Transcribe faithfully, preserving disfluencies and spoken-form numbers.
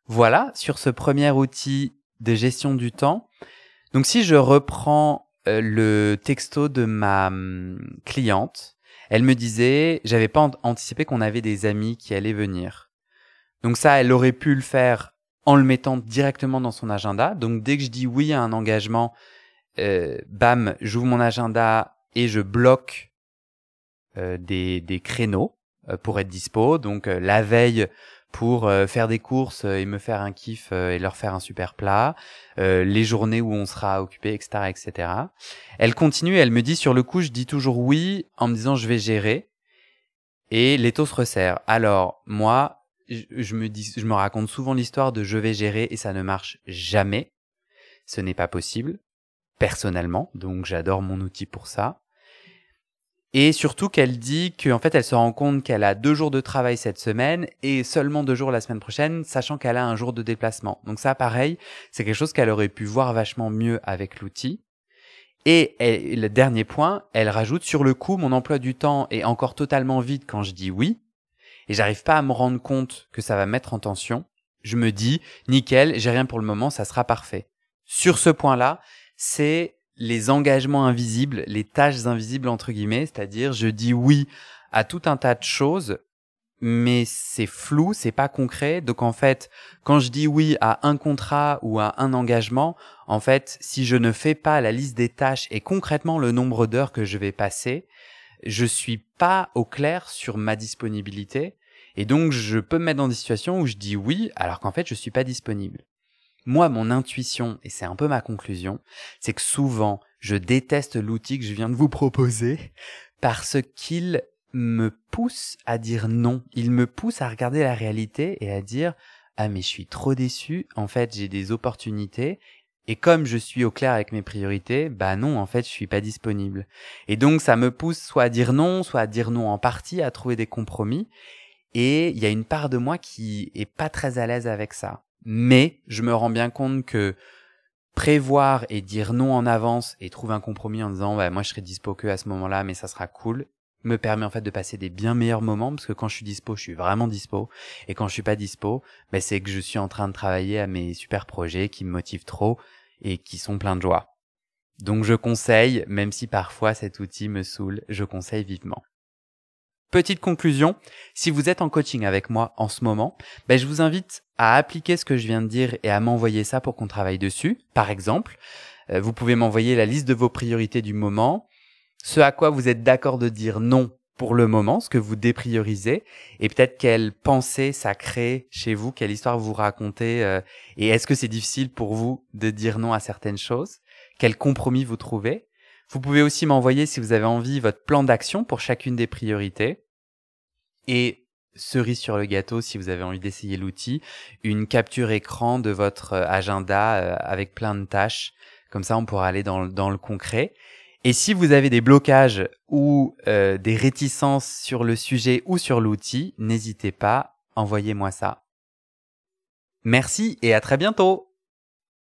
Voilà, sur ce premier outil de gestion du temps. Donc, si je reprends euh, le texto de ma hum, cliente, elle me disait, j'avais pas an- anticipé qu'on avait des amis qui allaient venir. Donc ça, elle aurait pu le faire en le mettant directement dans son agenda. Donc, dès que je dis oui à un engagement, euh, bam, j'ouvre mon agenda et je bloque euh, des, des créneaux euh, pour être dispo. Donc, euh, la veille, pour euh, faire des courses euh, et me faire un kiff euh, et leur faire un super plat, euh, les journées où on sera occupé, et cetera, et cetera. Elle continue, elle me dit, sur le coup, je dis toujours oui en me disant je vais gérer et l'étau se resserre. Alors, moi, je, je me dis, je me raconte souvent l'histoire de je vais gérer et ça ne marche jamais. Ce n'est pas possible, personnellement, donc j'adore mon outil pour ça. Et surtout qu'elle dit qu'en fait, elle se rend compte qu'elle a deux jours de travail cette semaine et seulement deux jours la semaine prochaine, sachant qu'elle a un jour de déplacement. Donc ça, pareil, c'est quelque chose qu'elle aurait pu voir vachement mieux avec l'outil. Et, elle- le dernier point, elle rajoute, sur le coup, mon emploi du temps est encore totalement vide quand je dis oui, et j'arrive pas à me rendre compte que ça va me mettre en tension. Je me dis, nickel, j'ai rien pour le moment, ça sera parfait. Sur ce point-là, c'est les engagements invisibles, les tâches invisibles entre guillemets, c'est-à-dire je dis oui à tout un tas de choses, mais c'est flou, c'est pas concret. Donc en fait, quand je dis oui à un contrat ou à un engagement, en fait, si je ne fais pas la liste des tâches et concrètement le nombre d'heures que je vais passer, je suis pas au clair sur ma disponibilité et donc je peux me mettre dans des situations où je dis oui alors qu'en fait je suis pas disponible. Moi, mon intuition, et c'est un peu ma conclusion, c'est que souvent, je déteste l'outil que je viens de vous proposer parce qu'il me pousse à dire non. Il me pousse à regarder la réalité et à dire « Ah mais je suis trop déçu, en fait j'ai des opportunités et comme je suis au clair avec mes priorités, bah non, en fait je suis pas disponible. » Et donc ça me pousse soit à dire non, soit à dire non en partie, à trouver des compromis. Et il y a une part de moi qui est pas très à l'aise avec ça. Mais je me rends bien compte que prévoir et dire non en avance et trouver un compromis en disant ouais, moi je serai dispo que à ce moment-là, mais ça sera cool, me permet en fait de passer des bien meilleurs moments parce que quand je suis dispo, je suis vraiment dispo. Et quand je suis pas dispo, ben, c'est que je suis en train de travailler à mes super projets qui me motivent trop et qui sont pleins de joie. Donc je conseille, même si parfois cet outil me saoule, je conseille vivement. Petite conclusion, si vous êtes en coaching avec moi en ce moment, ben je vous invite à appliquer ce que je viens de dire et à m'envoyer ça pour qu'on travaille dessus. Par exemple, euh, vous pouvez m'envoyer la liste de vos priorités du moment, ce à quoi vous êtes d'accord de dire non pour le moment, ce que vous dépriorisez, et peut-être quelle pensée ça crée chez vous, quelle histoire vous racontez, euh, et est-ce que c'est difficile pour vous de dire non à certaines choses, quel compromis vous trouvez. Vous pouvez aussi m'envoyer, si vous avez envie, votre plan d'action pour chacune des priorités. Et cerise sur le gâteau, si vous avez envie d'essayer l'outil, une capture écran de votre agenda euh, avec plein de tâches. Comme ça, on pourra aller dans, dans le concret. Et si vous avez des blocages ou euh, des réticences sur le sujet ou sur l'outil, n'hésitez pas, envoyez-moi ça. Merci et à très bientôt!